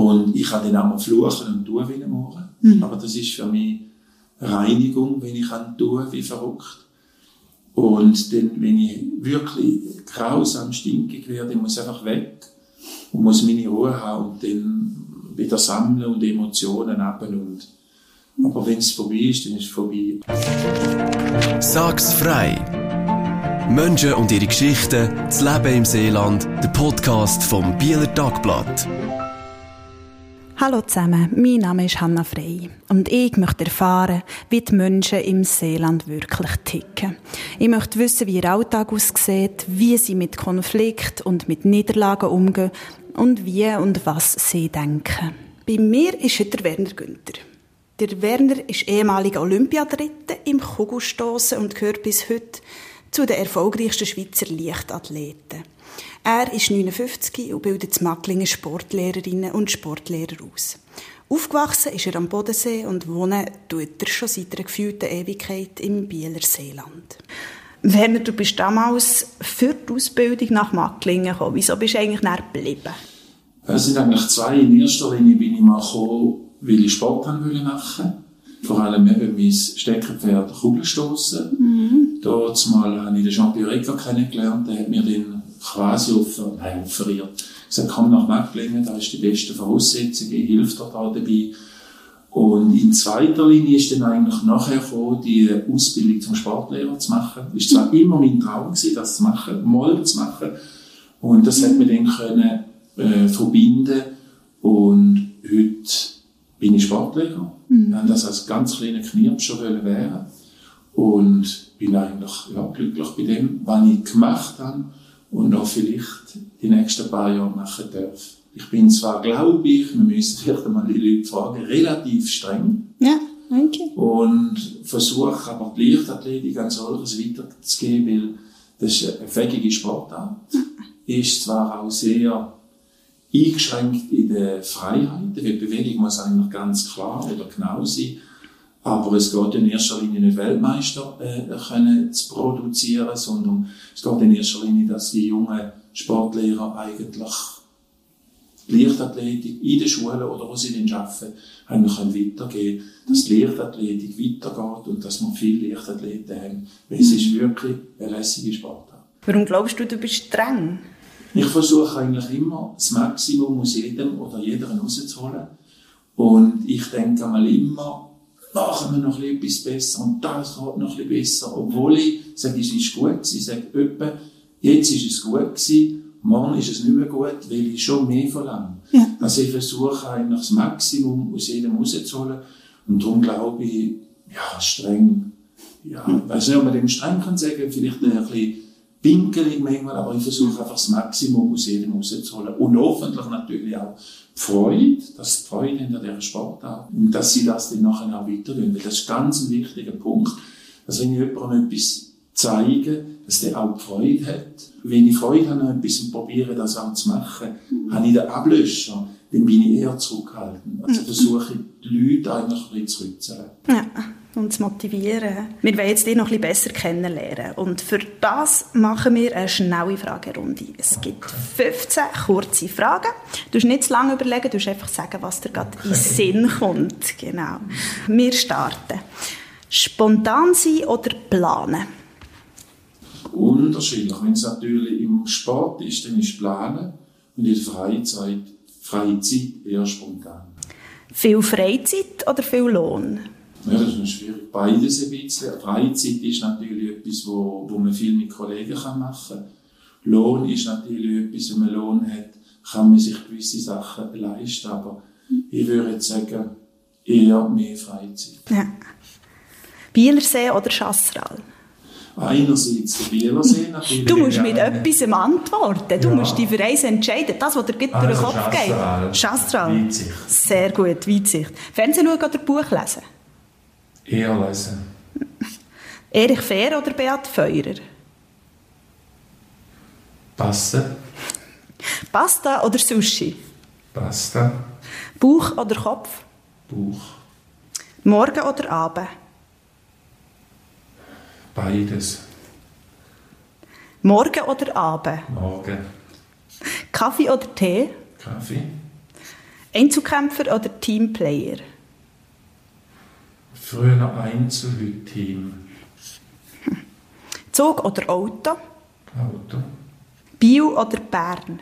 Und ich kann dann auch mal fluchen und tun wie ein Mohren. Aber das ist für mich Reinigung, wenn ich tue, wie verrückt. Und dann, wenn ich wirklich grausam stinkig werde, muss ich einfach weg und muss meine Ruhe haben und dann wieder sammeln und Emotionen haben. Aber wenn es vorbei ist, dann ist es vorbei. Sag's frei! Menschen und ihre Geschichten, das Leben im Seeland, der Podcast vom Bieler Tagblatt. Hallo zusammen, mein Name ist Hanna Frey und ich möchte erfahren, wie die Menschen im Seeland wirklich ticken. Ich möchte wissen, wie ihr Alltag aussieht, wie sie mit Konflikten und mit Niederlagen umgehen und wie und was sie denken. Bei mir ist heute der Werner Günther. Der Werner ist ehemaliger Olympiadritte im Kugelstossen und gehört bis heute zu den erfolgreichsten Schweizer Leichtathleten. Er ist 59 und bildet in Magglingen Sportlehrerinnen und Sportlehrer aus. Aufgewachsen ist er am Bodensee und wohnt tut er schon seit einer gefühlten Ewigkeit im Bieler Seeland. Werner, du bist damals für die Ausbildung nach Magglingen gekommen. Wieso bist du eigentlich näher geblieben? Es sind eigentlich zwei. In erster Linie bin ich mal gekommen, weil ich Sport machen wollte. Vor allem eben mein Steckenpferd Kugelstossen. Dort mal habe ich den Jean-Pierre Egger kennengelernt. Der hat mir dann quasi offeriert. Ich habe gesagt, komm nach Magglingen, da ist die beste Voraussetzung, ich helfe dir da dabei. Und in zweiter Linie ist dann eigentlich nachher gekommen, die Ausbildung zum Sportlehrer zu machen. Es war zwar immer mein Traum gewesen, das zu machen, mal zu machen. Und das hat mir dann können verbinden. Und heute bin ich Sportlehrer. Ich wollte das als ganz kleiner Knirps schon werden. Und bin eigentlich glücklich bei dem, was ich gemacht habe und auch vielleicht die nächsten paar Jahre machen darf. Ich bin zwar, glaube ich, wir müssen vielleicht einmal die Leute fragen, relativ streng. Ja, danke. Und versuche aber die Leichtathletik als solches weiterzugeben, weil das ist eine fähige Sportart. Ist zwar auch sehr eingeschränkt in der Freiheit, die Bewegung muss eigentlich ganz klar oder genau sein. Aber es geht in erster Linie nicht Weltmeister zu produzieren, sondern es geht in erster Linie, dass die jungen Sportlehrer eigentlich die Leichtathletik in den Schulen oder wo sie dann arbeiten, eigentlich weitergehen können, dass die Leichtathletik weitergeht und dass wir viele Leichtathleten haben. Weil es ist wirklich eine lässige Sportart. Warum glaubst du, du bist streng? Ich versuche eigentlich immer, das Maximum aus jedem oder jeder rauszuholen. Und ich denke einmal immer, machen wir noch etwas besser und das geht noch etwas besser. Obwohl ich sage, es ist gut gewesen. Ich sage etwa, jetzt ist es gut gewesen, morgen ist es nicht mehr gut, weil ich schon mehr verlange. Ja. Also ich versuche eigentlich das Maximum aus jedem rauszuholen. Und darum glaube ich, ja, streng. Ja, ich weiß nicht, ob man dem streng kann sagen, vielleicht ein bisschen pinkelig manchmal, aber ich versuche einfach das Maximum aus jedem rauszuholen. Und hoffentlich natürlich auch die Freude, dass sie Freude haben an dieser Sportart und dass sie das dann nachher auch weitergehen. Weil das ist ganz ein wichtiger Punkt, dass wenn ich jemandem etwas zeige, dass der auch Freude hat. Wenn ich Freude habe an etwas und probiere, das auch zu machen, habe ich den Ablöscher, dann bin ich eher zurückhaltend. Also versuche ich, die Leute eigentlich ein bisschen zu rützeln. Ja. Und zu motivieren. Wir wollen jetzt dich noch ein bisschen besser kennenlernen. Und für das machen wir eine schnelle Fragerunde. Es gibt 15 kurze Fragen. Du musst nicht zu lange überlegen, du musst einfach sagen, was dir gerade in den Sinn kommt. Genau. Wir starten. Spontan sein oder planen? Unterschiedlich. Wenn es natürlich im Sport ist, dann ist planen. Und in der Freizeit eher spontan. Viel Freizeit oder viel Lohn? Ja, das ist schwierig. Beides ein bisschen. Freizeit ist natürlich etwas, wo man viel mit Kollegen machen kann. Lohn ist natürlich etwas, wenn man Lohn hat, kann man sich gewisse Sachen leisten. Aber ich würde jetzt sagen, eher mehr Freizeit. Ja. Bielersee oder Chasseral? Einerseits der Bielersee natürlich. Du musst mit etwas antworten. Du musst dich für eins entscheiden. Das, was dir durch den Kopf geht. Chasseral. Weitsicht. Sehr gut, Weitsicht. Fernsehen schauen oder Buch lesen? Eher lesen. Erich Fehr oder Beat Feurer? Pasta. Pasta oder Sushi? Pasta. Bauch oder Kopf? Bauch. Morgen oder Abend? Beides. Morgen oder Abend? Morgen. Kaffee oder Tee? Kaffee. Einzelkämpfer oder Teamplayer? Früher Einzel, heute Team. Zug oder Auto? Auto. Biel oder Bern?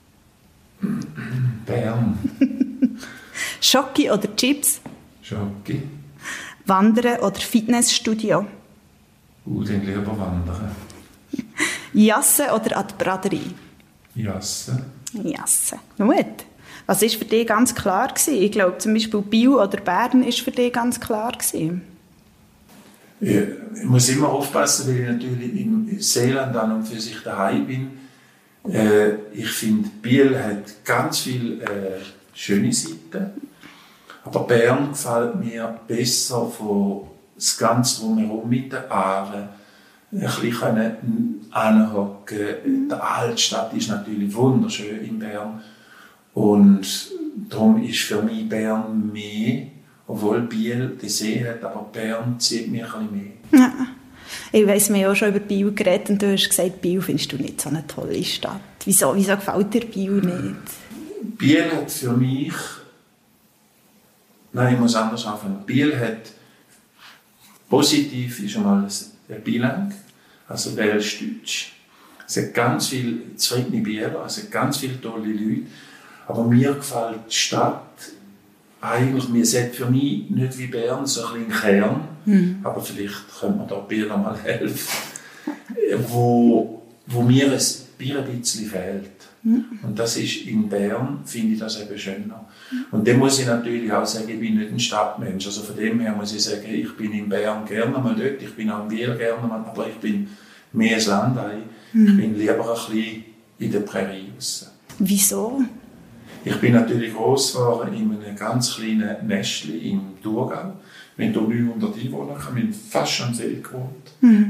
Bern. Schoki oder Chips? Schoki. Wandern oder Fitnessstudio? Dann lieber wandern. Jassen oder an die Braderie? Jassen. Jassen. Gut. Was war für dich ganz klar gewesen? Ich glaube, zum Beispiel Biel oder Bern war für dich ganz klar gewesen. Ich muss immer aufpassen, weil ich natürlich im Seeland an und für sich daheim bin. Ich finde, Biel hat ganz viele schöne Seiten. Aber Bern gefällt mir besser von das Ganze drumherum mit den Aaren. Ein bisschen anhocken. Die Altstadt ist natürlich wunderschön in Bern. Und darum ist für mich Bern mehr, obwohl Biel den See hat, aber Bern zieht mich ein bisschen mehr. Ja. Ich weiss, wir haben auch schon über Biel geredet und du hast gesagt, Biel findest du nicht so eine tolle Stadt. Wieso gefällt dir Biel nicht? Biel hat für mich... Nein, ich muss anders anfangen. Biel hat positiv ist einmal der Bilang, also Welschdeutsch. Es hat ganz viele zufriedene Bieler, es hat ganz viele tolle Leute. Aber mir gefällt die Stadt eigentlich, mir sagt für mich nicht wie Bern so ein bisschen Kern, aber vielleicht können wir da Bieler mal helfen, wo mir ein Bier ein bisschen fehlt. Und das ist in Bern, finde ich das eben schöner. Und dann muss ich natürlich auch sagen, ich bin nicht ein Stadtmensch. Also von dem her muss ich sagen, ich bin in Bern gerne mal dort, ich bin auch in Biel gerne mal, aber ich bin mehr ein Landei. Ich bin lieber ein bisschen in der Prärie raus. Wieso? Ich bin natürlich gross geworden in einem ganz kleinen Nestchen im Thurgau. Wir haben hier 900 Einwohner, wir haben fast am See gewohnt.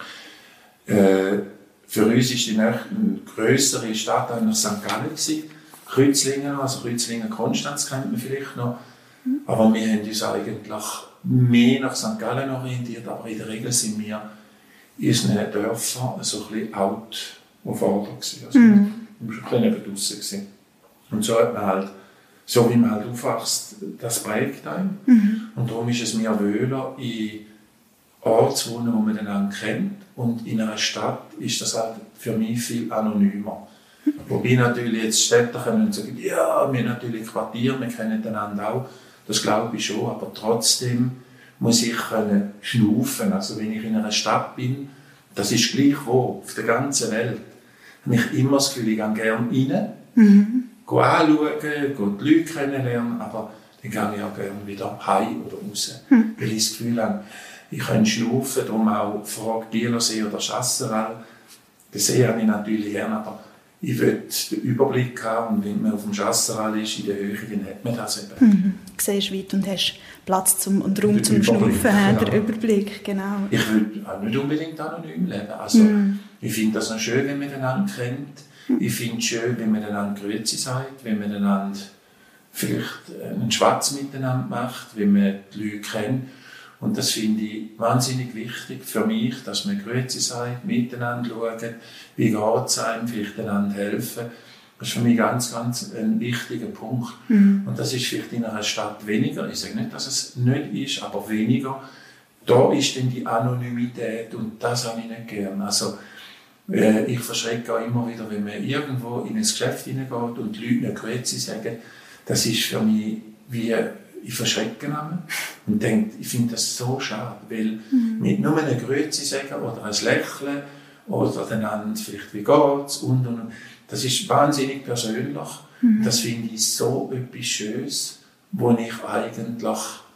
Für uns war die grössere Stadt eigentlich St. Gallen. Kreuzlingen, also Kreuzlingen-Konstanz kennt man vielleicht noch. Aber wir haben uns eigentlich mehr nach St. Gallen orientiert, aber in der Regel sind wir in unseren Dörfern so ein bisschen out auf Vorder gewesen. Also wir waren ein bisschen neben draussen gewesen. Und so hat man halt, so wie man halt aufwächst, das prägt einen. Und darum ist es mir wohler, in Orten zu wohnen, die man einander kennt. Und in einer Stadt ist das halt für mich viel anonymer. Wobei natürlich jetzt Städte können sagen, ja, wir haben natürlich Quartier, wir kennen einander auch. Das glaube ich schon, aber trotzdem muss ich können schnaufen. Also wenn ich in einer Stadt bin, das ist gleich wo, auf der ganzen Welt, habe ich immer das Gefühl, ich gehe gerne rein, gehe anschauen, die Leute kennenlernen, aber dann gehe ich auch gerne wieder heim oder raus. Weil ich das Gefühl habe, ich kann schnaufen, darum auch Frage Bielersee oder Chasseral. Den See habe ich natürlich gerne, aber ich will den Überblick haben und wenn man auf dem Chasseral ist, in der Höhe, dann hat man das eben. Du siehst weit und hast Platz und Raum zum Schnaufen, der Überblick, genau. Ich will auch nicht unbedingt anonym leben. Also, ich finde das noch schön, wenn man einander kennt. Ich finde es schön, wenn man einander Grüezi sagt, wenn man einander vielleicht einen Schwatz miteinander macht, wenn man die Leute kennt. Und das finde ich wahnsinnig wichtig für mich, dass man Grüezi sagt, miteinander schauen, wie geht es einem, vielleicht einander helfen. Das ist für mich ganz ein wichtiger Punkt. Und das ist vielleicht in einer Stadt weniger. Ich sage nicht, dass es nicht ist, aber weniger. Da ist dann die Anonymität und das habe ich nicht gern. Also, ich verschrecke auch immer wieder, wenn man irgendwo in ein Geschäft hineingeht und die Leute nicht Grüezi sagen. Das ist für mich wie... Ich verschrecke mich und denke, ich finde das so schade, weil mit nur einem Grüezi sagen oder ein Lächeln oder einander vielleicht wie geht's und. Das ist wahnsinnig persönlich. Das finde ich so etwas Schönes, was ich eigentlich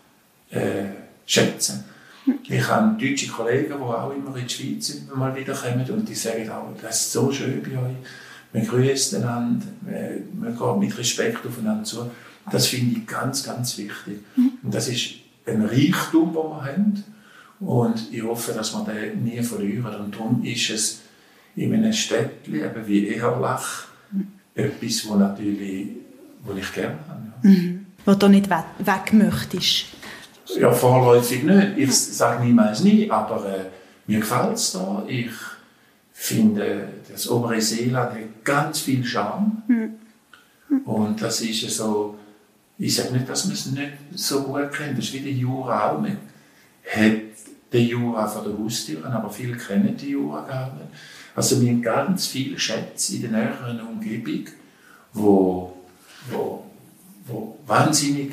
schätze. Ich habe deutsche Kollegen, die auch immer in die Schweiz mal wieder kommen und die sagen auch, das ist so schön bei euch. Man grüßt einander, man geht mit Respekt aufeinander zu. Das finde ich ganz, ganz wichtig. Und das ist ein Reichtum, den wir haben. Und ich hoffe, dass wir den nie verlieren. Und darum ist es in einem Städtchen, eben wie Eherlach, etwas, wo ich gerne habe. Ja. Wo du nicht weg möchtest? Ja, vorläufig nicht. Ich sage niemals nie, aber mir gefällt es da. Ich finde, das obere Seeland hat ganz viel Charme. Und das ist so ich sage nicht, dass man es nicht so gut kennt. Das ist wie der Jura auch. Man hat den Jura von der Haustür, aber viele kennen die Jura gar nicht. Also wir haben ganz viele Schätze in der näheren Umgebung, wo wahnsinnig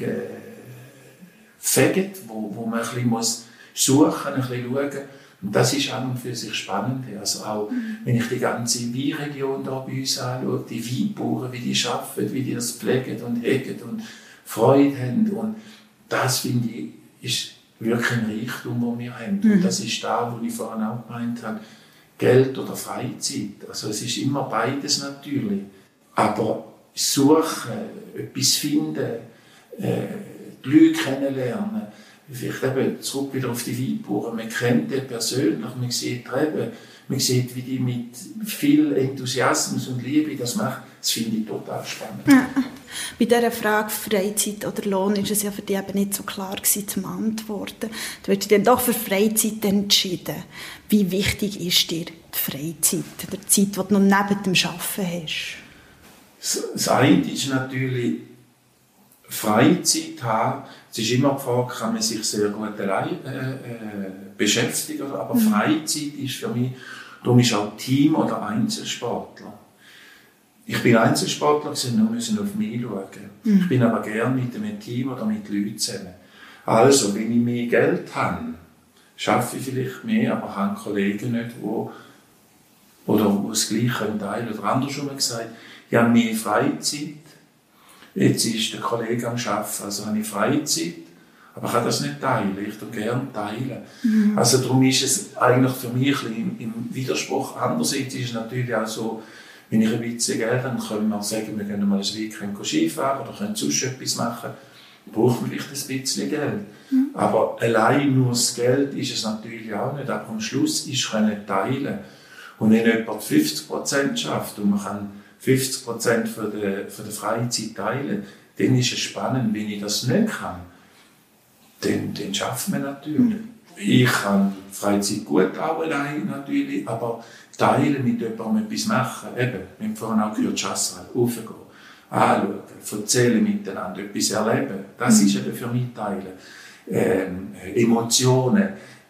fegen, wo man ein bisschen muss suchen, ein bisschen schauen. Und das ist an und für sich spannend. Also auch, wenn ich die ganze Weinregion da bei uns anschaue, die Weinbauern, wie die arbeiten, wie die das pflegen und hegen und Freude haben. Und das, finde ich, ist wirklich ein Reichtum, den wir haben. Und das ist da, wo ich vorhin auch gemeint habe, Geld oder Freizeit. Also es ist immer beides natürlich. Aber suchen, etwas finden, die Leute kennenlernen, vielleicht eben zurück wieder auf die Weinbauern. Man kennt die persönlich, man sieht Reben, man sieht, wie die mit viel Enthusiasmus und Liebe das machen. Das finde ich total spannend. Ja. Bei dieser Frage Freizeit oder Lohn ist es ja für dich eben nicht so klar gewesen, zu antworten. Du hast dich dann doch für Freizeit entschieden. Wie wichtig ist dir die Freizeit, die Zeit, die du noch neben dem Arbeiten hast? Das eine ist natürlich Freizeit haben. Es ist immer die Frage, kann man sich sehr gut allein beschäftigen, aber Freizeit ist für mich, darum ist auch Team- oder Einzelsportler. Ich bin Einzelsportler gewesen, nur müssen auf mich schauen. Ich bin aber gerne mit einem Team oder mit Leuten zusammen. Also, wenn ich mehr Geld habe, schaffe ich vielleicht mehr, aber habe Kollegen nicht, die das Gleiche teilen. Oder andersrum gesagt, ich habe mehr Freizeit. Jetzt ist der Kollege am Arbeiten, also habe ich Freizeit, aber ich kann das nicht teilen. Ich tue gerne teilen. Also darum ist es eigentlich für mich ein bisschen im Widerspruch. Andererseits ist es natürlich auch so, wenn ich ein bisschen Geld habe, können wir sagen, wir gehen mal ein Weekend Skifahren oder können sonst etwas machen, braucht man vielleicht ein bisschen Geld. Aber allein nur das Geld ist es natürlich auch nicht. Aber am Schluss ist es teilen. Und wenn jemand 50% schafft und man kann 50% von der Freizeit teilen, dann ist es spannend. Wenn ich das nicht kann, dann schafft man natürlich. Ich kann Freizeit gut auch allein natürlich, aber teilen mit jemandem etwas machen. Eben, wir haben vorhin auch gehört, Chasseral, raufgehen, anschauen, erzählen miteinander, etwas erleben. Das ist eben für mich teilen. Emotionen,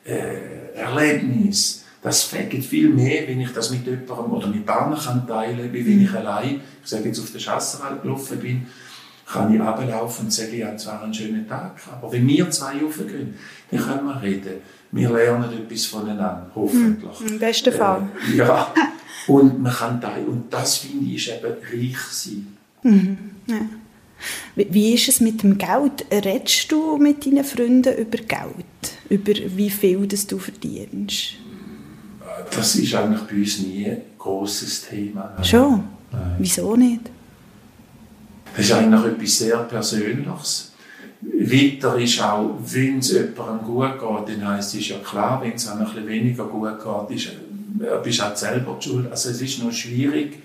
Erlebnisse. Das fängt viel mehr, wenn ich das mit jemandem oder mit Partnern kann teilen, wie wenn ich allein, ich sage jetzt auf der Chasseral gelaufen bin, kann ich runterlaufen und sagen, ich hatte zwar einen schönen Tag, aber wenn wir zwei raufgehen, dann können wir reden. Wir lernen etwas voneinander, hoffentlich. Im besten Fall. Ja, und man kann teilen. Und das, finde ich, ist eben reich sein. Ja. Wie ist es mit dem Geld? Redest du mit deinen Freunden über Geld? Über wie viel das du verdienst? Das ist eigentlich bei uns nie ein grosses Thema. Schon? Nein. Wieso nicht? Das ist eigentlich etwas sehr Persönliches. Weiter ist auch, wenn es jemandem gut geht, dann heisst es ja klar, wenn es einem ein bisschen weniger gut geht, bist du auch selber die Schuld. Also es ist noch schwierig.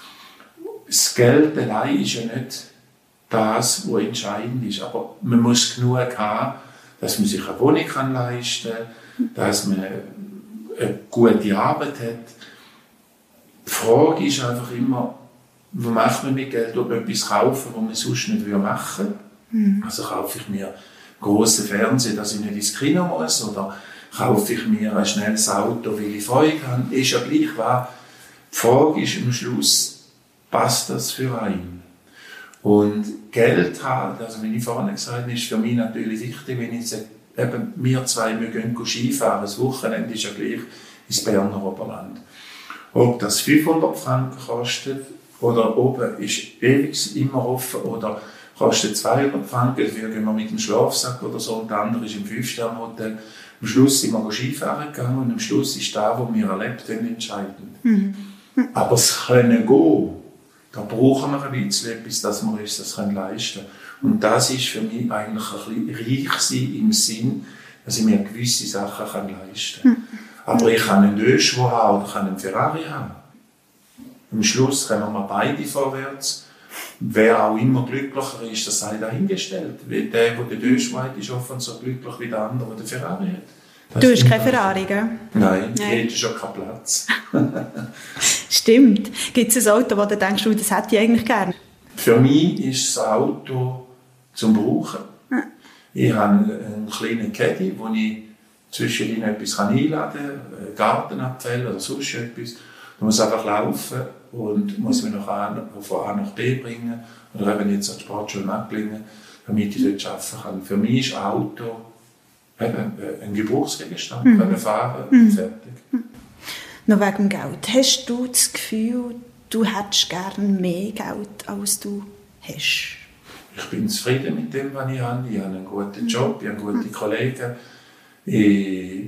Das Geld allein ist ja nicht das, was entscheidend ist. Aber man muss genug haben, dass man sich eine Wohnung leisten kann, dass man eine gute Arbeit hat. Die Frage ist einfach immer, was macht man mit Geld, ob etwas kaufen, was man sonst nicht machen würde. Also kaufe ich mir einen grossen Fernseher, dass ich nicht ins Kino muss, oder kaufe ich mir ein schnelles Auto, weil ich Freude habe. Ist ja gleich wahr. Die Frage ist am Schluss, passt das für einen? Und Geld haben, also wie ich vorhin gesagt habe, ist für mich natürlich wichtig, wenn ich sage, eben, wir zwei, wir gehen Skifahren, das Wochenende ist ja gleich ins Berner Oberland. Ob das 500 Franken kostet, oder oben ist ewig immer offen, oder kostet 200 Franken, dafür gehen wir mit dem Schlafsack oder so, und der andere ist im 5-Sterne-Hotel. Am Schluss sind wir Skifahren gegangen, und am Schluss ist da, wo wir erlebt haben, entscheidend. Aber es können gehen, da brauchen wir ein bisschen etwas, dass wir uns das leisten können. Und das ist für mich eigentlich ein bisschen reich sein im Sinn, dass ich mir gewisse Sachen leisten kann. Aber ich kann einen Öschwo haben oder kann einen Ferrari haben. Am Schluss kommen wir beide vorwärts. Wer auch immer glücklicher ist, das sei dahingestellt. Weil der den Öschwo hat, ist offen so glücklich wie der andere, der den Ferrari hat. Du hast keine Ferrari, gell? Nein, die hätte schon keinen Platz. Stimmt. Gibt es ein Auto, wo du denkst, das hätte ich eigentlich gerne? Für mich ist das Auto zum Brauchen. Ich habe einen kleinen Caddy, wo ich zwischendrin etwas einladen kann, Gartenabfälle oder sonst etwas. Da muss einfach laufen und muss mich von A nach B bringen oder eben jetzt an die Sportschule Magglingen, damit ich dort arbeiten kann. Für mich ist Auto eben ein Gebrauchsgegenstand, können fahren, fertig. Noch wegen dem Geld. Hast du das Gefühl, du hättest gerne mehr Geld, als du hast? Ich bin zufrieden mit dem, was ich habe. Ich habe einen guten Job, ich habe gute Kollegen. Ich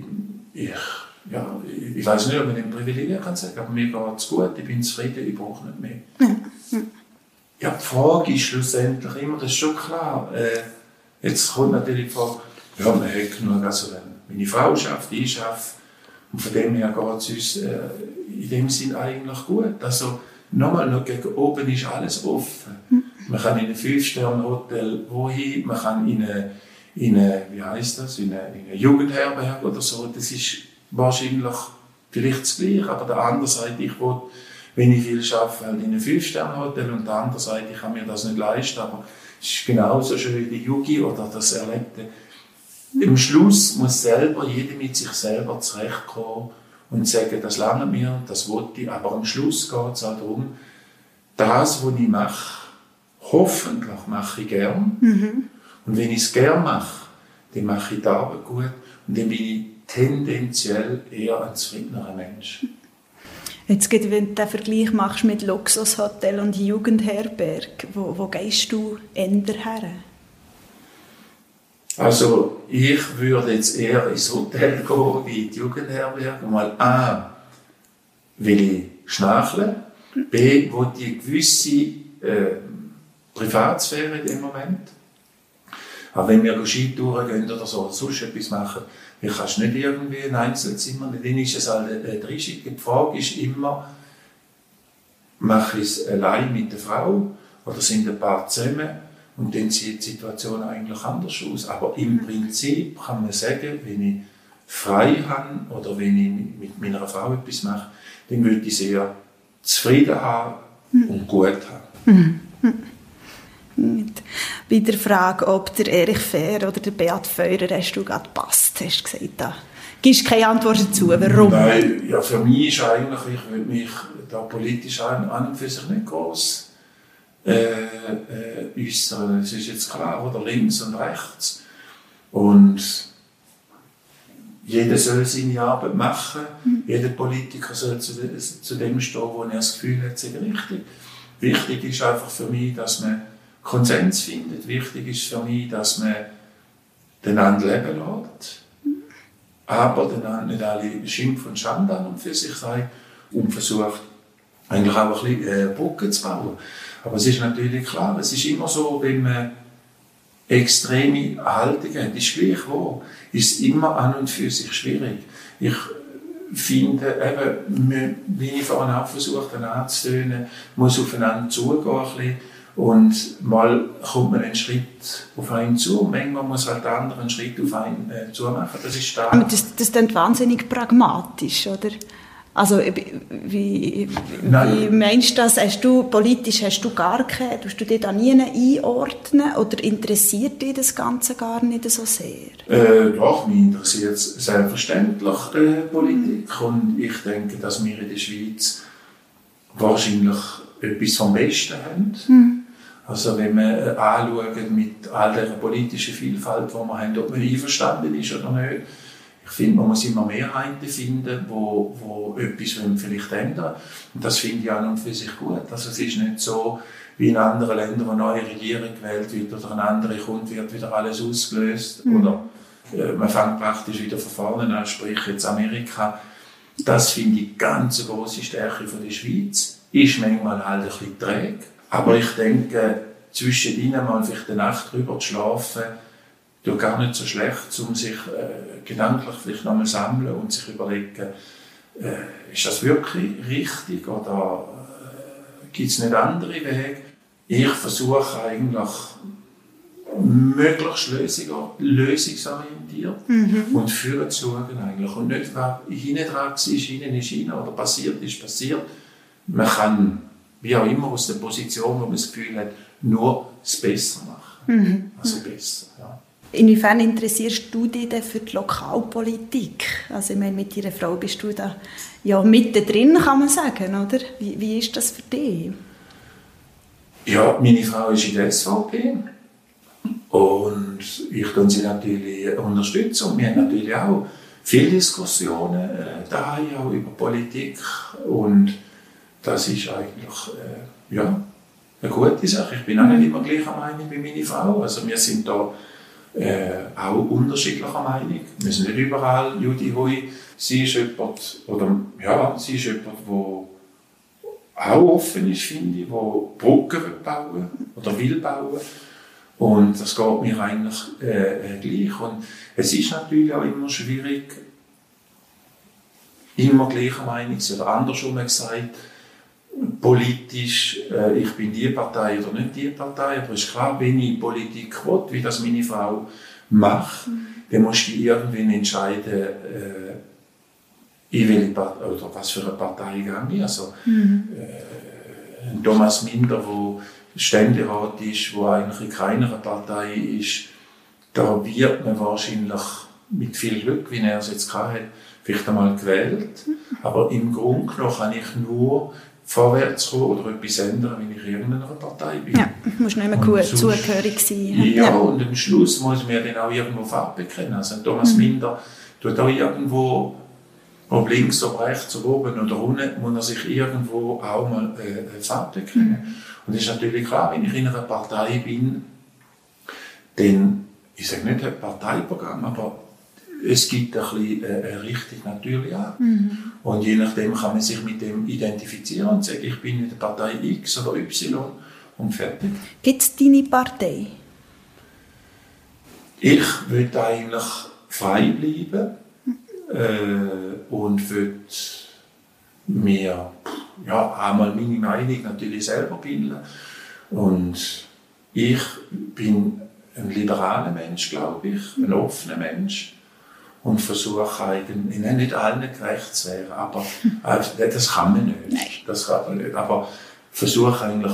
weiss nicht, ob man ein Privileg kann sagen, aber mir geht es gut, ich bin zufrieden, ich brauche nicht mehr. Ja, die Frage ist schlussendlich immer, das ist schon klar. Jetzt kommt natürlich die Frage, ja, man hat genug, also wenn meine Frau schafft, ich schaffe, und von dem her geht es uns in dem Sinn eigentlich gut. Also nochmal, noch gegen oben ist alles offen. Man kann in ein 5-Sterne-Hotel wohin, man kann in eine Jugendherberge oder so. Das ist wahrscheinlich vielleicht das Gleiche, aber der andere sagt, ich will, wenn ich viel arbeite, halt in ein 5-Sterne-Hotel und der andere sagt, ich kann mir das nicht leisten, aber es ist genauso schön wie die Yugi oder das Erlebte. Am Schluss muss jeder mit sich selber zurechtkommen und sagen, das lange mir, das will ich, aber am Schluss geht es auch darum, das, was ich mache, hoffentlich mache ich gern. Und wenn ich es gern mache, dann mache ich die Arbeit gut und dann bin ich tendenziell eher ein zufriedener Mensch. Jetzt, wenn du den Vergleich machst mit Luxushotel und Jugendherberg, wo gehst du eher her? Also ich würde jetzt eher ins Hotel gehen wie in die Jugendherberge. Mal will ich schnarchen, B, will ich eine gewisse Privatsphäre in dem Moment. Aber wenn wir Skitouren gehen oder so, sonst etwas machen, dann kannst du nicht irgendwie ein Einzelzimmer, dann ist es halt eine Risiko. Die Frage ist immer, mache ich es allein mit der Frau oder sind ein paar zusammen und dann sieht die Situation eigentlich anders aus. Aber im Prinzip kann man sagen, wenn ich frei habe oder wenn ich mit meiner Frau etwas mache, dann würde ich sehr zufrieden haben und gut haben. Bei der Frage, ob der Erich Fehr oder der Beat Feurer hast du gerade gepasst, hast du gesagt, da gibst du keine Antwort dazu. Warum? Nein, ja, für mich ist eigentlich, ich will mich da politisch an und für sich nicht groß äußern. Es ist jetzt klar, oder links und rechts. Und jeder soll seine Arbeit machen. Jeder Politiker soll zu dem stehen, wo er das Gefühl hat, es ist richtig. Wichtig ist einfach für mich, dass man Konsens findet. Wichtig ist für mich, dass man den anderen leben lässt, aber den nicht alle Schimpf und Schande an und für sich sagt und versucht, eigentlich auch ein bisschen Brücken zu bauen. Aber es ist natürlich klar, es ist immer so, wenn man extreme Haltungen hat, ist gleich wo, ist immer an und für sich schwierig. Ich finde, eben, wie ich vorhin auch versucht habe anzutönen, muss aufeinander zugehen ein bisschen. Und mal kommt man einen Schritt auf einen zu und manchmal muss halt der andere einen Schritt auf einen zu machen. Das ist da. Aber das ist dann wahnsinnig pragmatisch, oder? Also, wie meinst du das? Politisch hast du gar keine, tust du dich da nie einordnen oder interessiert dich das Ganze gar nicht so sehr? Doch, mich interessiert selbstverständlich Politik und ich denke, dass wir in der Schweiz wahrscheinlich etwas vom Besten haben. Also wenn wir anschauen mit all der politischen Vielfalt, die wir haben, ob man einverstanden ist oder nicht. Ich finde, man muss immer Mehrheiten finden, wo etwas vielleicht ändern. Und das finde ich an und für sich gut. Also es ist nicht so, wie in anderen Ländern, wo eine neue Regierung gewählt wird oder eine andere kommt, wird wieder alles ausgelöst. Oder man fängt praktisch wieder von vorne an, sprich jetzt Amerika. Das finde ich ganz eine grosse Stärke von der Schweiz. Ist manchmal halt ein bisschen träge. Aber ich denke, zwischen ihnen mal vielleicht eine Nacht drüber zu schlafen, tut gar nicht so schlecht, um sich gedanklich vielleicht nochmal sammeln und sich überlegen, ist das wirklich richtig oder gibt es nicht andere Wege? Ich versuche eigentlich möglichst lösungsorientiert und führen zu schauen eigentlich. Und nicht, was hinten dran war, hinten ist hinten oder passiert ist passiert. Man kann, wie auch immer, aus der Position, wo man das Gefühl hat, nur das Besser machen. Also besser, ja. Inwiefern interessierst du dich denn für die Lokalpolitik? Also ich meine, mit deiner Frau bist du da ja mittendrin, kann man sagen, oder? Wie ist das für dich? Ja, meine Frau ist in der SVP und ich unterstütze sie natürlich unterstützen. Und wir haben natürlich auch viele Diskussionen daheim auch über Politik und das ist eigentlich eine gute Sache. Ich bin auch nicht immer gleicher Meinung wie meine Frau. Also wir sind da auch unterschiedlicher Meinung. Wir sind nicht überall Judy Hui. Sie ist jemand, der auch offen ist, finde ich, der Brücken bauen oder will bauen. Und das geht mir eigentlich gleich. Und es ist natürlich auch immer schwierig, immer gleicher Meinung zu sein. Oder andersrum gesagt, politisch, ich bin die Partei oder nicht die Partei, aber es ist klar, wenn ich Politik will, wie das meine Frau macht, dann muss ich irgendwie entscheiden, oder was für eine Partei gehe ich. Also, Thomas Minder, der Ständerat ist, der eigentlich in keiner Partei ist, da wird man wahrscheinlich mit viel Glück, wie er es jetzt hatte, vielleicht einmal gewählt. Aber im Grunde genommen kann ich nur vorwärts kommen oder etwas ändern, wenn ich in irgendeiner Partei bin. Ja, du musst nicht mehr gut zugehörig sein. Ja, und am Schluss muss man dann auch irgendwo Farbe bekennen. Also Thomas Minder tut auch irgendwo, ob links, ob rechts, ob oben oder unten, muss er sich irgendwo auch mal Farbe bekennen. Und es ist natürlich klar, wenn ich in einer Partei bin, dann, ich sage nicht ein Parteiprogramm, aber es gibt ein bisschen eine Richtung natürlich auch. Und je nachdem kann man sich mit dem identifizieren und sagen, ich bin in der Partei X oder Y und fertig. Gibt es deine Partei? Ich will eigentlich frei bleiben und will mir einmal meine Meinung natürlich selber bilden. Und ich bin ein liberaler Mensch, glaube ich, ein offener Mensch. Und versuche eigentlich, nicht allen gerecht zu werden, aber das kann man nicht. Nein. Das kann man nicht. Aber versuche eigentlich,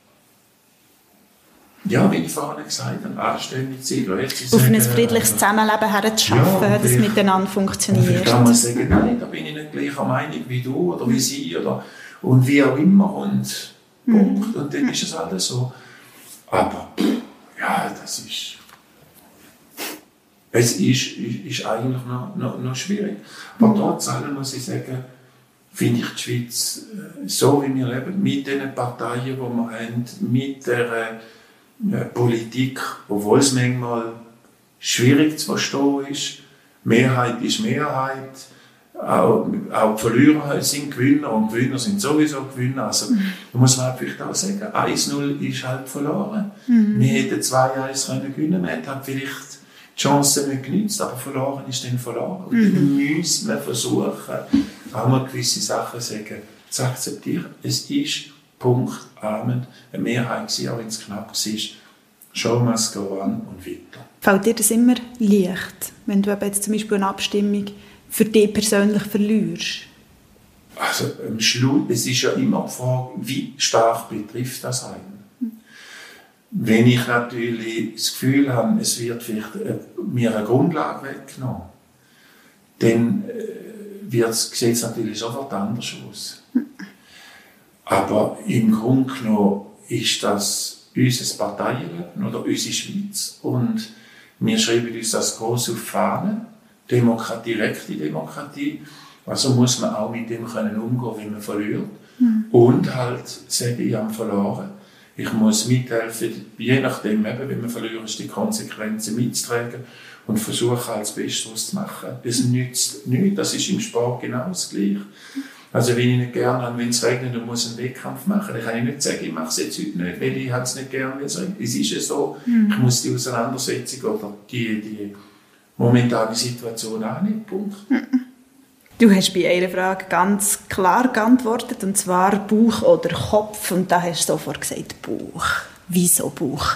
ja, wie ich vorhin gesagt habe, anständig zu sein. Auf ein friedliches Zusammenleben herzuschaffen, dass es miteinander funktioniert. Ich kann mal sagen, nein, da bin ich nicht gleicher Meinung wie du oder wie sie und wie auch immer und Punkt. Und dann ist es alles so. Aber ja, das ist... Es ist eigentlich noch schwierig. Aber trotz allem muss ich sagen, finde ich die Schweiz so, wie wir leben, mit den Parteien, die wir haben, mit der Politik, obwohl es manchmal schwierig zu verstehen ist. Mehrheit ist Mehrheit. Auch die Verlierer sind Gewinner und Gewinner sind sowieso Gewinner. Also, da muss man vielleicht auch sagen, 1-0 ist halt verloren. Wir hätten 2-1 gewinnen können. Man hat halt vielleicht die Chance nicht genützt, aber verloren ist dann verloren. Und dann müssen wir versuchen, auch mal gewisse Sachen sagen, zu akzeptieren. Es ist Punkt, Amen, eine Mehrheit gewesen, auch wenn es knapp war. Show must go on und weiter. Fällt dir das immer leicht, wenn du jetzt zum Beispiel eine Abstimmung für dich persönlich verlierst? Also am Schluss, es ist ja immer die Frage, wie stark betrifft das einen? Wenn ich natürlich das Gefühl habe, es wird vielleicht mir eine Grundlage weggenommen, dann sieht es natürlich sofort anders aus. Aber im Grunde genommen ist das unser Parteienleben oder unsere Schweiz und wir schreiben uns das gross auf die Fahne, Demokratie, direkte Demokratie. Also muss man auch mit dem können umgehen, wie man verliert. Und halt sagen, ich habe verloren. Ich muss mithelfen, je nachdem, eben, wenn man verliert, ist die Konsequenzen mitzutragen und versuchen, als Bestes daraus zu machen. Das nützt nichts, das ist im Sport genau das Gleiche. Also wenn ich nicht gerne habe, wenn es regnet und muss einen Wettkampf machen, dann kann ich nicht sagen, ich mache es jetzt heute nicht, weil ich es nicht gerne will. Es ist ja so, ich muss die Auseinandersetzung oder die momentane Situation annehmen. Punkt. Du hast bei einer Frage ganz klar geantwortet, und zwar Bauch oder Kopf. Und da hast du sofort gesagt Bauch. Wieso Bauch?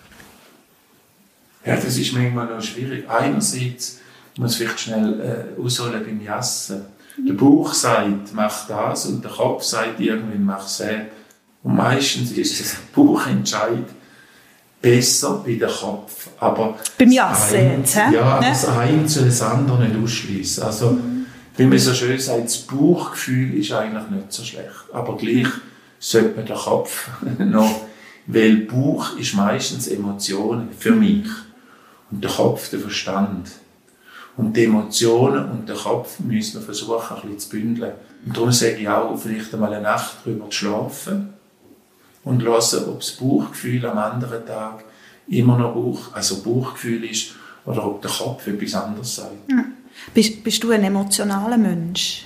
Ja, das ist manchmal noch schwierig. Einerseits muss ich vielleicht schnell ausholen beim Jassen. Der Bauch sagt, mach das, und der Kopf sagt irgendwann, mach das. Und meistens ist es der Bauchentscheid, besser wie der Kopf. Aber beim Jassen jetzt, hä? Ja, das eine soll das andere nicht ausschließen. Also, wie man so schön sagt, das Bauchgefühl ist eigentlich nicht so schlecht. Aber gleich sollte man den Kopf noch, weil Bauch ist meistens Emotionen für mich. Und der Kopf der Verstand. Und die Emotionen und den Kopf müssen wir versuchen, ein bisschen zu bündeln. Und darum sage ich auch, vielleicht einmal eine Nacht drüber zu schlafen und hören, ob das Bauchgefühl am anderen Tag immer noch Bauchgefühl ist oder ob der Kopf etwas anderes sagt. Ja. Bist du ein emotionaler Mensch?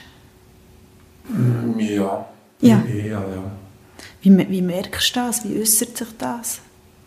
Ja. Ja. Ja. Wie merkst du das? Wie äußert sich das?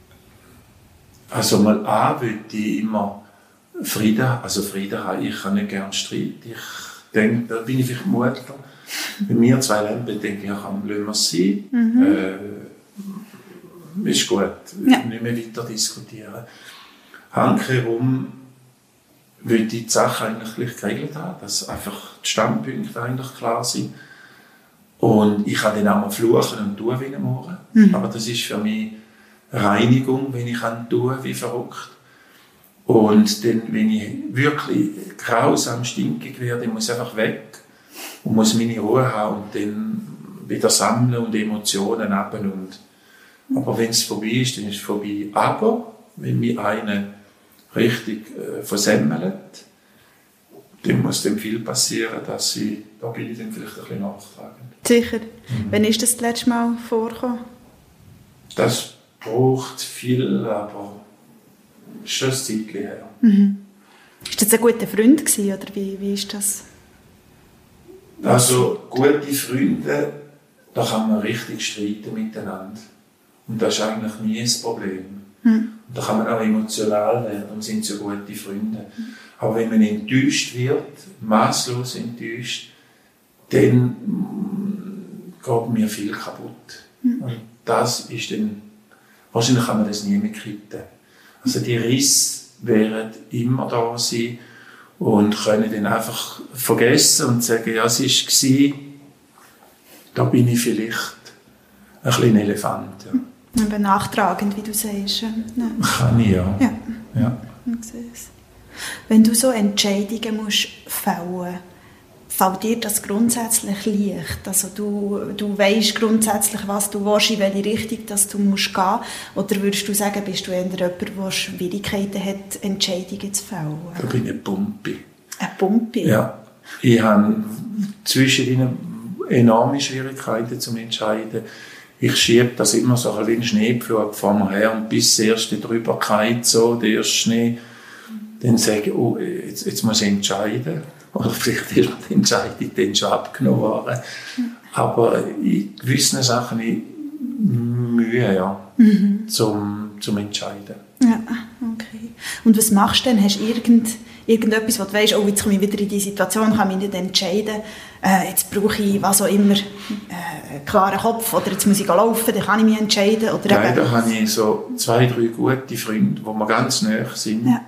Also mal will ich immer Frieden haben. Ich kann nicht gerne Streit. Ich denke, da bin ich vielleicht Mutter. Bei mir 2 Lämpchen denke ich, lassen wir es sein. Ist gut. Ja. Nicht mehr weiter diskutieren. Handherum will ich die Sache eigentlich gleich geregelt haben, dass einfach die Standpunkte eigentlich klar sind. Und ich kann dann auch mal fluchen und tun wie ein Morgen. Aber das ist für mich Reinigung, wenn ich tun wie verrückt. Und dann, wenn ich wirklich grausam stinkig werde, muss ich einfach weg und muss meine Ruhe haben und dann wieder sammeln und Emotionen haben. Aber wenn es vorbei ist, dann ist es vorbei. Aber wenn mich einer richtig versemmelt, dann muss dem viel passieren, dass da bin ich dann vielleicht ein bisschen nachtragend. Sicher. Wann ist das letzte Mal vorgekommen? Das braucht viel, aber ist schon ein Zeitchen her. Ist das ein guter Freund gewesen, oder wie ist das? Also gute Freunde, da kann man richtig streiten miteinander. Und das ist eigentlich nie ein Problem. Und da kann man auch emotional werden und sind so gute Freunde. Aber wenn man enttäuscht wird, maßlos enttäuscht, dann geht mir viel kaputt. Und das ist dann, wahrscheinlich kann man das nie mehr kitten. Also die Risse werden immer da sein und können dann einfach vergessen und sagen, ja, es war, da bin ich vielleicht ein kleiner Elefant. Ja. Aber nachtragend, wie du sagst. Ja. Kann ich, ja. Ja. Ich sehe es. Wenn du so Entscheidungen musst fällen, fällt dir das grundsätzlich leicht? Also du weisst grundsätzlich, was du willst, in welche Richtung dass du musst gehen. Oder würdest du sagen, bist du eher jemand, der Schwierigkeiten hat, Entscheidungen zu fällen? Da bin ich ein Pumpi. Ein Pumpi? Ja. Ich habe zwischendrin enorme Schwierigkeiten zum Entscheiden. Ich schiebe das immer so ein bisschen Schneepflug vor mir her und bis der erste drüber geht, so, der erste Schnee, dann sage ich, oh, jetzt muss ich entscheiden. Oder vielleicht ist mir die Entscheidung dann schon abgenommen worden. Aber in gewissen Sachen ich Mühe, ja, zum Entscheiden. Ja, okay. Und was machst du denn? Hast du irgendetwas, wo du weißt, oh, jetzt komme ich wieder in die Situation, kann mich nicht entscheiden, jetzt brauche ich was auch immer, einen klaren Kopf, oder jetzt muss ich laufen, dann kann ich mich entscheiden? Oder Nein, da habe ich so 2, 3 gute Freunde, die mir ganz nahe sind. Ja.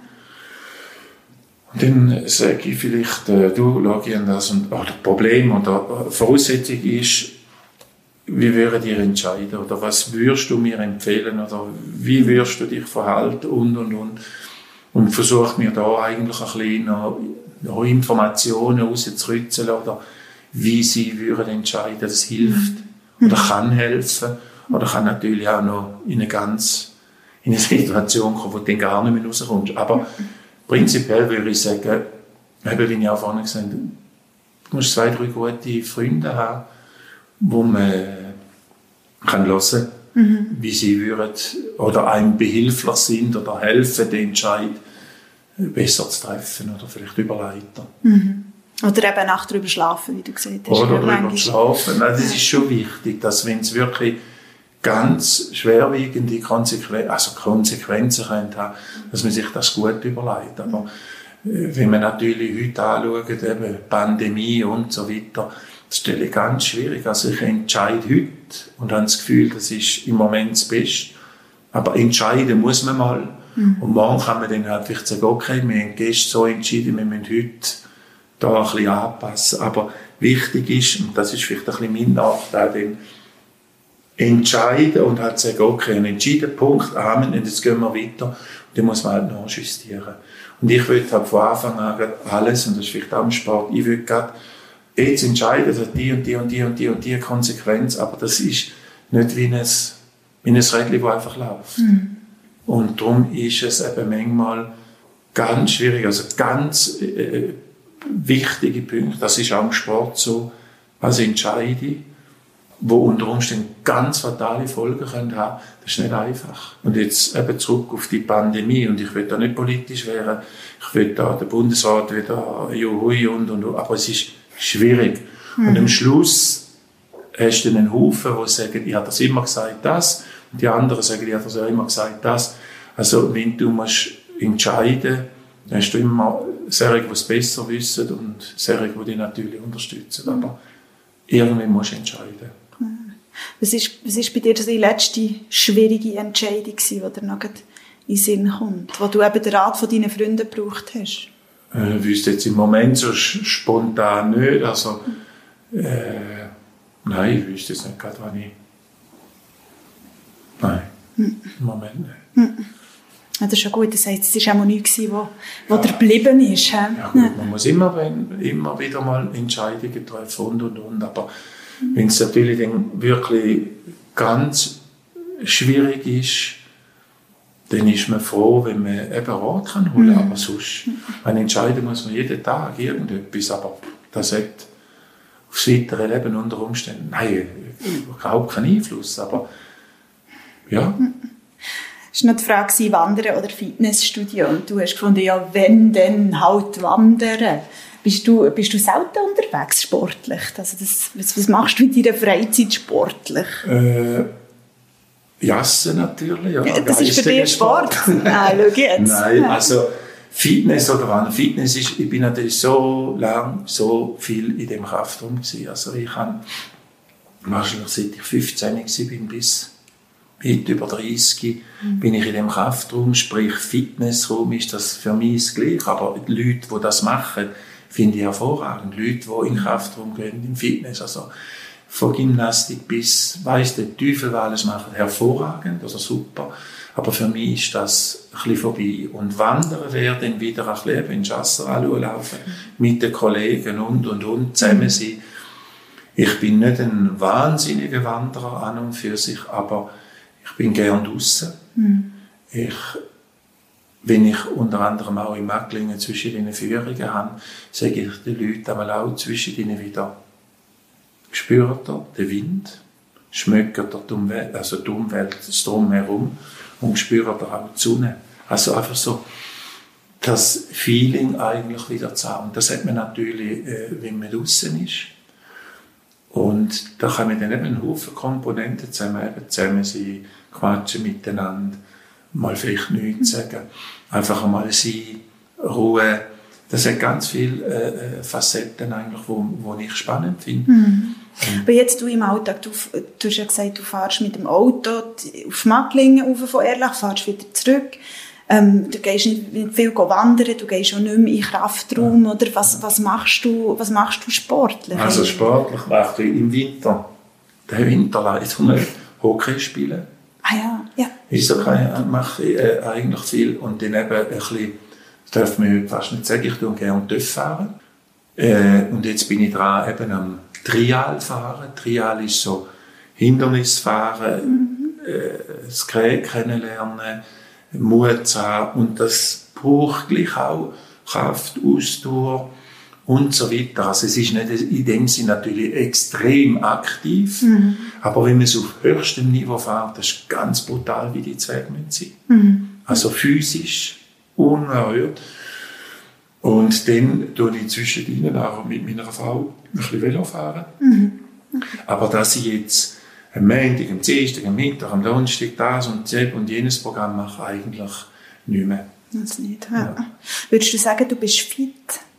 Und dann sage ich vielleicht, du, schau ich an das, und das Problem oder Voraussetzung ist, wie würdet ihr entscheiden? Oder was würdest du mir empfehlen? Oder wie würdest du dich verhalten? Und versuche mir da eigentlich ein bisschen noch Informationen rauszurützeln, oder wie sie würden entscheiden. Das hilft oder kann helfen. Oder kann natürlich auch noch in eine Situation kommen, wo du dann gar nicht mehr rauskommst. Aber prinzipiell würde ich sagen, wie ich auch vorhin gesagt habe, du musst 2, 3 gute Freunde haben, wo man kann hören, wie sie würden oder einem behilflich sind oder helfen, den Entscheid besser zu treffen oder vielleicht überleiten. Oder eben Nacht drüber schlafen, wie du gesagt hast. Oder drüber schlafen. Nein, das ist schon wichtig, dass wenn es wirklich ganz schwerwiegende Konsequenzen haben, dass man sich das gut überlegt. Aber wenn man natürlich heute anschaut, eben Pandemie und so weiter, das stelle ich ganz schwierig. Also ich entscheide heute und habe das Gefühl, das ist im Moment das Beste. Aber entscheiden muss man mal. Und morgen kann man dann halt vielleicht sagen, okay, wir haben gestern so entschieden, wir müssen heute da ein bisschen anpassen. Aber wichtig ist, und das ist vielleicht ein bisschen mein Nachteil, denn entscheiden und halt sagen, okay, ein entschieden Punkt, Amen, und jetzt gehen wir weiter. Und dann muss man halt nachjustieren. Und ich will halt von Anfang an alles, und das ist vielleicht auch im Sport, ich will gerade jetzt entscheiden, also die und die und die und die und die Konsequenz, aber das ist nicht wie ein Rädchen, das einfach läuft. Und darum ist es eben manchmal ganz schwierig, also ganz wichtige Punkte, das ist auch im Sport so, was entscheide, wo unter Umständen ganz fatale Folgen können haben, das ist nicht einfach. Und jetzt eben zurück auf die Pandemie, und ich will da nicht politisch werden, ich will da den Bundesrat wieder juhui und, aber es ist schwierig. Und am Schluss hast du einen Haufen, die sagen, ich habe das immer gesagt, das, und die anderen sagen, ich habe das immer gesagt, das. Also wenn du musst entscheiden, dann hast du immer solche, die es besser wissen und solche, die dich natürlich unterstützen. Aber irgendwie musst du entscheiden. Was ist bei dir die letzte schwierige Entscheidung, die dir noch in den Sinn kommt, wo du eben den Rat von deinen Freunden gebraucht hast? Ich wüsste jetzt im Moment so spontan nicht. Also, nein, ich wüsste jetzt nicht gerade, wann ich... Nein, im Moment nicht. Ja, das ist ja gut, das heisst, es war auch mal nichts, was dir geblieben ist. Ja, gut, man muss immer wieder mal Entscheidungen treffen und. Aber wenn es natürlich dann wirklich ganz schwierig ist, dann ist man froh, wenn man eben Rat kann holen kann. Aber sonst, man entscheiden muss man jeden Tag irgendetwas. Aber das hat aufs weitere Leben unter Umständen, nein, überhaupt keinen Einfluss. Aber ja. Es war noch die Frage, Wandern oder Fitnessstudio. Und du hast gefunden, ja, wenn, dann halt wandern. Bist du selten unterwegs sportlich? Also was machst du in deiner Freizeit sportlich? Jassen natürlich. Ja, das ist für dich Sport? Nein, schau jetzt. Nein, also Fitness oder Wandern. Fitness ist, ich bin natürlich so lang, so viel in dem Kraftraum gewesen. Also ich habe wahrscheinlich seit ich 15 war bis weit über 30 bin ich in dem Kraftraum, sprich Fitnessraum ist das für mich das Gleiche. Aber die Leute, die das machen, finde ich hervorragend. Leute, die in den Kraftraum gehen, im Fitness, also von Gymnastik bis, weiss der Teufel, was alles machen, hervorragend, also super. Aber für mich ist das ein bisschen vorbei. Und Wandern wäre dann wieder ein bisschen in Chasseral laufen, mit den Kollegen und zusammen sein. Ich bin nicht ein wahnsinniger Wanderer an und für sich, aber ich bin gern draussen. Wenn ich unter anderem auch in Macklingen zwischen den Führungen habe, sage ich den Leuten einmal auch zwischen ihnen wieder, spürt ihr den Wind, schmeckt ihr die Umwelt, also die Umwelt, das Drumherum, und spürt ihr auch die Sonne. Also einfach so das Feeling eigentlich wieder zu haben. Und das hat man natürlich, wenn man draussen ist. Und da kann man dann eben einen Haufen Komponenten zusammen sein, quatschen miteinander, mal vielleicht nichts sagen, einfach einmal sein, Ruhe. Das hat ganz viele Facetten eigentlich, wo ich spannend finde. Aber jetzt du im Alltag, du hast ja gesagt, du fährst mit dem Auto auf Macklingen rauf von Erlach, fährst wieder zurück. Du gehst nicht viel wandern, du gehst auch nicht mehr in den Kraftraum. Oder was machst du sportlich? Also sportlich mache ich im Winter. Den Winter leider Hockey spielen. Ah ja. Ist okay, mache ich eigentlich viel. Und dann eben ein bisschen, das darf man heute fast nicht sagen, ich tue gerne TÜV fahren. Und jetzt bin ich dran, eben am Trial fahren. Trial ist so Hindernisfahren, das Gerät kennenlernen, Mut zu haben. Und das braucht gleich auch Kraft, Ausdauer und so weiter. Also es ist nicht in dem Sinne natürlich extrem aktiv, aber wenn man es auf höchstem Niveau fährt, das ist ganz brutal, wie die Zweige sein. Also physisch unerhört. Und dann tue ich zwischendrin auch mit meiner Frau ein bisschen Velo fahren. Aber dass ich jetzt am Montag, am Dienstag, am Mittag, am Donnerstag das und jenes Programm mache, eigentlich nicht mehr. Das nicht, ja. Würdest du sagen, du bist fit?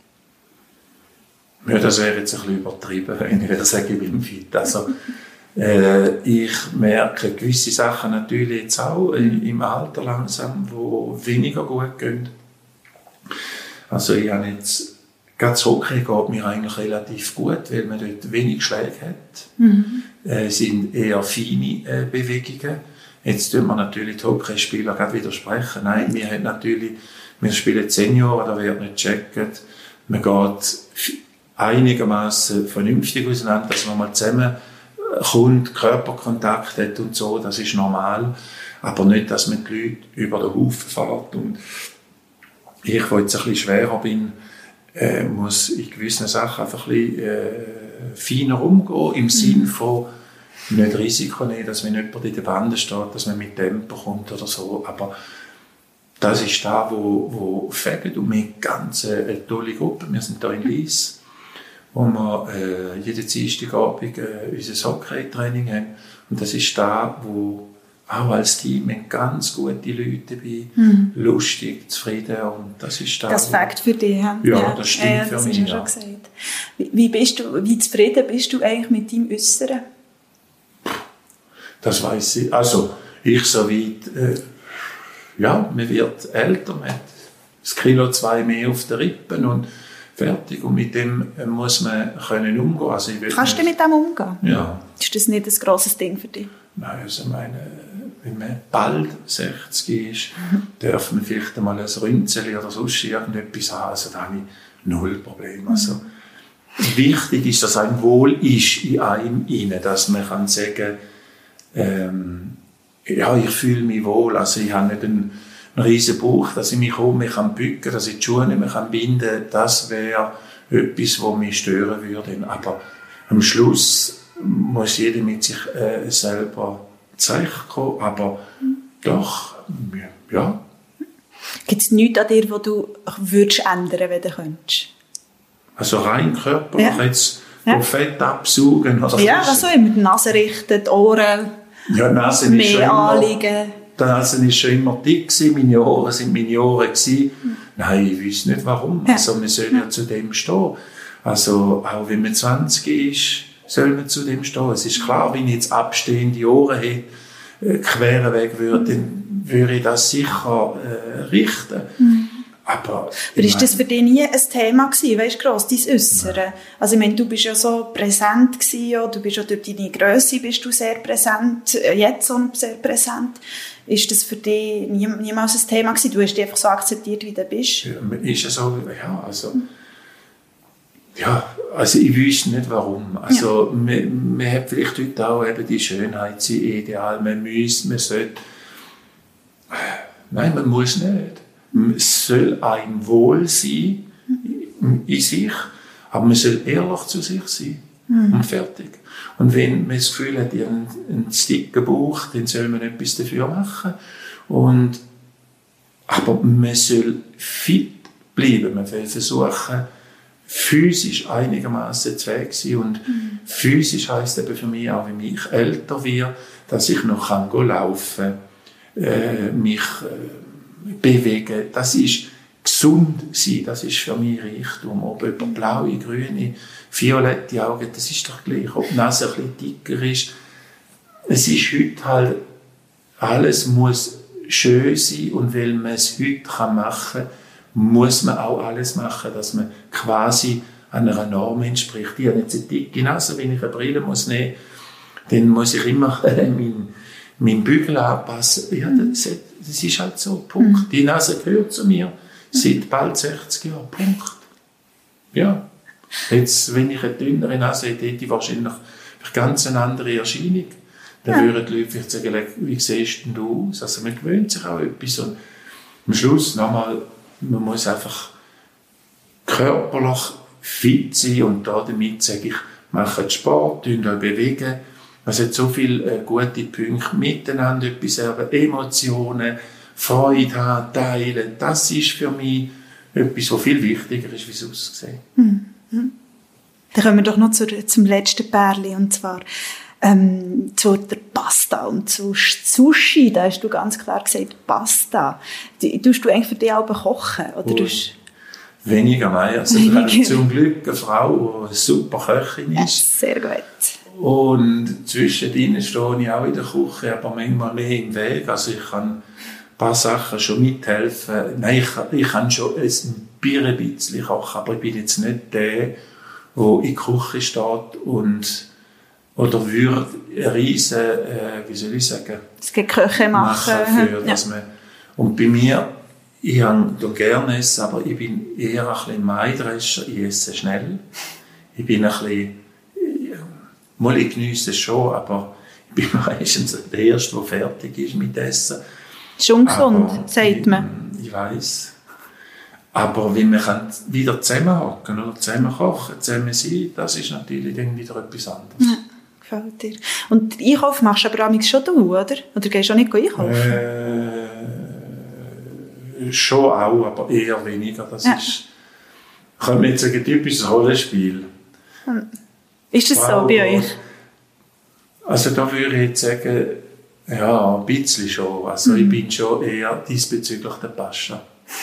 Ja, das wäre jetzt ein bisschen übertrieben, wenn ich würde sagen, ich bin fit. Also, ich merke gewisse Sachen natürlich jetzt auch im Alter langsam, die weniger gut gehen. Also ich habe jetzt das Hockey geht mir eigentlich relativ gut, weil man dort wenig Schläge hat. Es sind eher feine Bewegungen. Jetzt tun wir natürlich die Hockeyspieler gerade widersprechen. Nein, wir spielen Senioren, da wird nicht gecheckt. Man geht einigermaßen vernünftig auseinander, dass man mal zusammen kommt, Körperkontakt hat und so, das ist normal. Aber nicht, dass man die Leute über den Haufen fährt. Und ich, der jetzt ein bisschen schwerer bin, muss in gewissen Sachen einfach ein bisschen feiner umgehen, im Sinn von nicht Risiko nehmen, dass wenn jemand in der Bande steht, dass man mit Tempo kommt oder so. Aber das ist da, wo fängt und wir ganz eine tolle Gruppe. Wir sind hier in Lies, wo wir jeden Dienstagabend unser Hockey-Training haben. Und das ist da, wo auch als Team ganz gute Leute dabei, lustig, zufrieden. Und das ist da, das Fakt für dich. Ja, das stimmt für mich. Ja. Schon gesagt. Wie zufrieden bist du eigentlich mit deinem Äußeren? Das weiss ich. Also, ich so weit, man wird älter, man hat 1 Kilo, 2 mehr auf den Rippen und fertig. Und mit dem muss man können umgehen. Also kannst du mit dem umgehen? Ja. Ist das nicht ein grosses Ding für dich? Nein, also wenn man bald 60 ist, darf man vielleicht einmal ein Rünzeli oder sonst irgendetwas haben. Also da habe ich 0 Probleme. Also, wichtig ist, dass ein Wohl ist in einem rein, dass man kann sagen, ich fühle mich wohl. Also ich habe nicht einen riesen Bauch, dass ich mich ich kann bücken, dass ich die Schuhe nicht mehr binden kann. Das wäre etwas, was mich stören würde. Aber am Schluss muss jeder mit sich selber zurechtkommen. Aber doch, ja. Gibt es nichts an dir, was du würdest ändern, wenn du könntest? Also rein körperlich jetzt Fett absaugen. Oder also immer die Nase richten, die Ohren mehr anlegen. Die Nase war schon immer dick, meine Ohren waren meine Ohren. Nein, ich weiß nicht warum. Ja. Also man soll ja zu dem stehen. Also auch wenn man 20 ist, soll man zu dem stehen. Es ist klar, wenn ich jetzt abstehende Ohren hätte, queren Weg würde, dann würde ich das sicher richten. Aber ist das für dich nie ein Thema gewesen, weißt du, gross, dein Äußere? Nein. Also ich meine, du bist ja so präsent gewesen, du bist ja durch deine Grösse bist du sehr präsent, jetzt so sehr präsent. Ist das für dich niemals ein Thema gewesen? Du hast dich einfach so akzeptiert, wie du bist? Ja, ist ja so, also ich weiß nicht warum. Also man hat vielleicht heute auch eben die Schönheitsideal, man sollte, nein, man muss nicht. Es soll ein Wohl sein in sich, aber man soll ehrlich zu sich sein. Und fertig. Und wenn man das Gefühl hat, ich habe einen dicken Bauch, dann soll man etwas dafür machen. Aber man soll fit bleiben. Man will versuchen, physisch einigermaßen zu weg sein. Und physisch heisst eben für mich auch, wenn ich älter werde, dass ich noch laufen kann, mich bewegen. Das ist gesund sein, das ist für mich Reichtum. Ob über blaue, grüne, violette Augen, das ist doch gleich. Ob die Nase ein bisschen dicker ist. Es ist heute halt, alles muss schön sein und weil man es heute machen kann, muss man auch alles machen, dass man quasi einer Norm entspricht. Ich habe jetzt eine dicke Nase, wenn ich eine Brille nehmen muss, dann muss ich immer meinen Bügel anpassen. Ja, das ist halt so, Punkt. Die Nase gehört zu mir seit bald 60 Jahren, Punkt. Ja. Jetzt, wenn ich eine dünnere Nase hätte, hätte ich wahrscheinlich eine ganz andere Erscheinung. Dann würden die Leute vielleicht sagen, wie siehst denn du aus? Also man gewöhnt sich auch etwas. Und am Schluss nochmal, man muss einfach körperlich fit sein und damit sage ich, macht Sport, euch bewegen. Es hat so viele gute Punkte miteinander, etwas erben, Emotionen, Freude haben, teilen. Das ist für mich etwas, was viel wichtiger ist, wie es aussieht. Dann kommen wir doch noch zum letzten Pärchen, und zwar zu der Pasta und zu Sushi. Da hast du ganz klar gesagt, Pasta. Tust du eigentlich für dich auch kochen? Oder weniger, nein. Also ich habe zum Glück eine Frau, die eine super Köchin ist. Sehr gut. Und zwischendrin stehe ich auch in der Küche, aber manchmal mehr im Weg. Also ich kann paar Sachen schon mithelfen. Nein, ich kann schon ein bisschen kochen, aber ich bin jetzt nicht der, der in die Küche steht oder würde eine riesen, wie soll ich sagen, das Köche machen für, dass man, und bei mir, ich tue gerne essen, aber ich bin eher ein bisschen Maidrescher, ich esse schnell. Ich bin ein bisschen, mal ich geniesse es schon, aber ich bin meistens der Erste, der fertig ist mit Essen. Das ist ungesund, sagt man. Ich weiss. Aber wenn man wieder zusammenhocken oder zusammen kochen, zusammen sein, das ist natürlich dann wieder etwas anderes. Ja, gefällt dir. Und den Einkauf machst du aber auch schon du, oder? Oder gehst du auch nicht einkaufen? Schon auch, aber eher weniger. Das ist, kann man jetzt sagen, typisches Rollenspiel. Ist das so bei euch? Also da würde ich jetzt sagen, ja, ein bisschen schon. Also ich bin schon eher diesbezüglich der Pascha.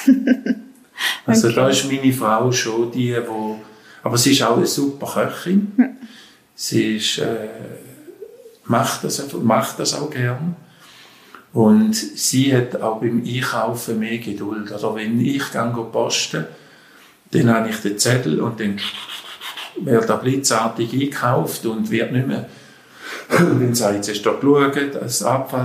Also okay. Da ist meine Frau schon die, aber sie ist auch eine super Köchin. Sie ist, macht das auch gern. Und sie hat auch beim Einkaufen mehr Geduld. Oder wenn ich posten gehe, dann habe ich den Zettel und dann wird er blitzartig eingekauft und wird nicht mehr. Und dann sagt sie, hast du da geschaut, das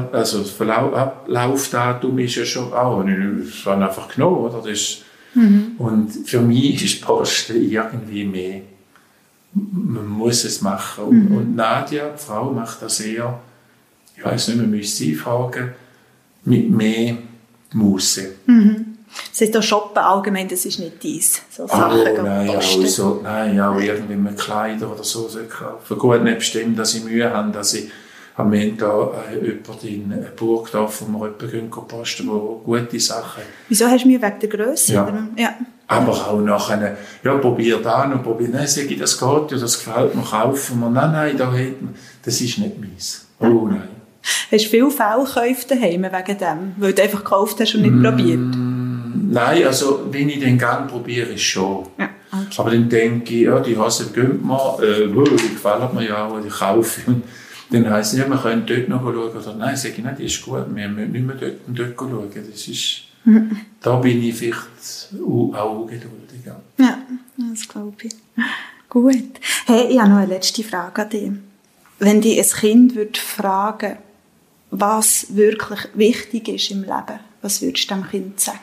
Ablaufdatum ist ja schon auch. Das war einfach genommen, oder? Und für mich ist Posten irgendwie mehr. Man muss es machen. Und Nadia, die Frau, macht das eher, ich weiss nicht, man müsste sie fragen, mit mehr Musse. Das heißt, auch Shoppen allgemein, das ist nicht dies. So Sachen nein, auch irgendwie mit Kleider oder so kaufen. Gut, nebst dem, dass ich Mühe habe, dass ich am Ende jemanden in Burgdorf, wo wir jemanden posten, wo gute Sachen. Wieso hast du Mühe wegen der Grösse? Ja. Aber auch nachher, probier da noch, nein, sag ich, das geht ja, das gefällt mir, kaufen wir. Nein, das ist nicht meins. Oh nein. Hast du viele Fehlkäufe daheim wegen dem? Weil du einfach gekauft hast und nicht probiert? Nein, also wenn ich den Gang probiere, ist schon. Ja, okay. Aber dann denke ich, die Hose gönnt mir, die gefällt mir ja auch, die kaufe ich. Und dann heisst es, wir können dort noch schauen. Oder nein, sage ich, nein, die ist gut, wir müssen nicht mehr dort schauen. Das ist, da bin ich vielleicht auch ungeduldig. Ja, das glaube ich. Gut. Hey, ich habe noch eine letzte Frage an dich. Wenn dich ein Kind würde fragen, was wirklich wichtig ist im Leben, was würdest du dem Kind sagen?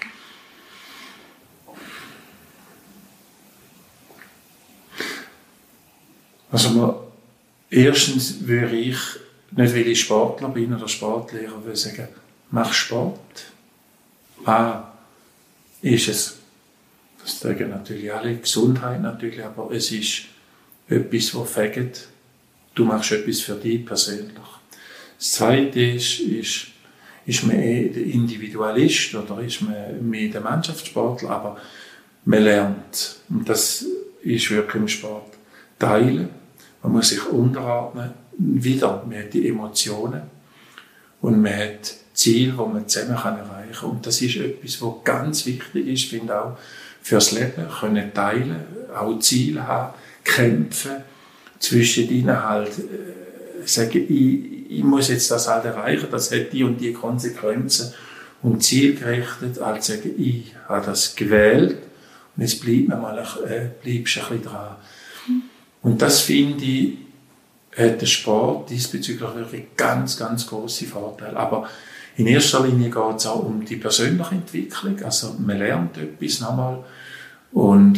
Also erstens würde ich, nicht weil ich Sportler bin oder Sportlehrer, würde sagen, mach Sport. Ist es, das sagen natürlich alle, Gesundheit natürlich, aber es ist etwas, was fängt. Du machst etwas für dich persönlich. Das Zweite ist man eher der Individualist oder ist man mehr der Mannschaftssportler, aber man lernt, und das ist wirklich im Sport, teilen. Man muss sich unterordnen. Wieder, man hat die Emotionen und man hat Ziele, die man zusammen erreichen kann. Und das ist etwas, was ganz wichtig ist, finde auch fürs Leben, können teilen, auch Ziele haben, kämpfen, zwischen ihnen halt sagen, ich muss jetzt das halt erreichen, das hat die und die Konsequenzen und zielgerichtet, als sagen, ich habe das gewählt und jetzt bleibst du ein bisschen dran. Und das finde ich, hat der Sport diesbezüglich wirklich ganz, ganz grosse Vorteile. Aber in erster Linie geht es auch um die persönliche Entwicklung. Also man lernt etwas nochmal und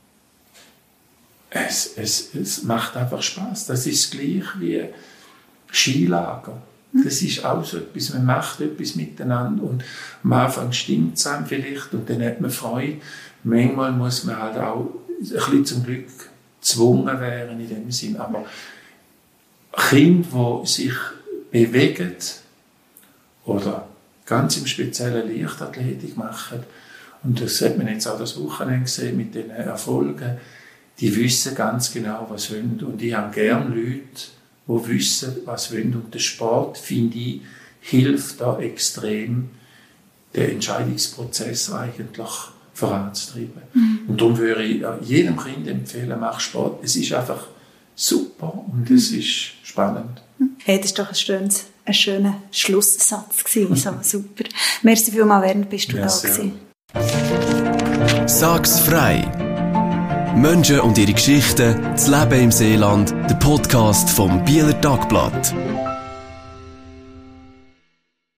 es macht einfach Spaß. Das ist gleich wie Skilager. Das ist auch so etwas, man macht etwas miteinander und am Anfang stimmt es einem vielleicht und dann hat man Freude. Manchmal muss man halt auch ein bisschen zum Glück gezwungen werden in dem Sinn. Aber Kinder, die sich bewegen oder ganz im Speziellen Leichtathletik machen, und das hat man jetzt auch das Wochenende gesehen mit den Erfolgen, die wissen ganz genau, was sie wollen. Und ich habe gerne Leute, die wissen, was sie wollen. Und der Sport, finde ich, hilft da extrem, den Entscheidungsprozess eigentlich voranzutreiben. Und darum würde ich jedem Kind empfehlen, mach Sport. Es ist einfach super und es ist spannend. Hey, das ist doch ein schönes ein schöner Schlusssatz gewesen. So, super. Merci vielmals, Werner, bist du da gewesen. Sag's frei! Menschen und ihre Geschichten, das Leben im Seeland, der Podcast vom Bieler Tagblatt.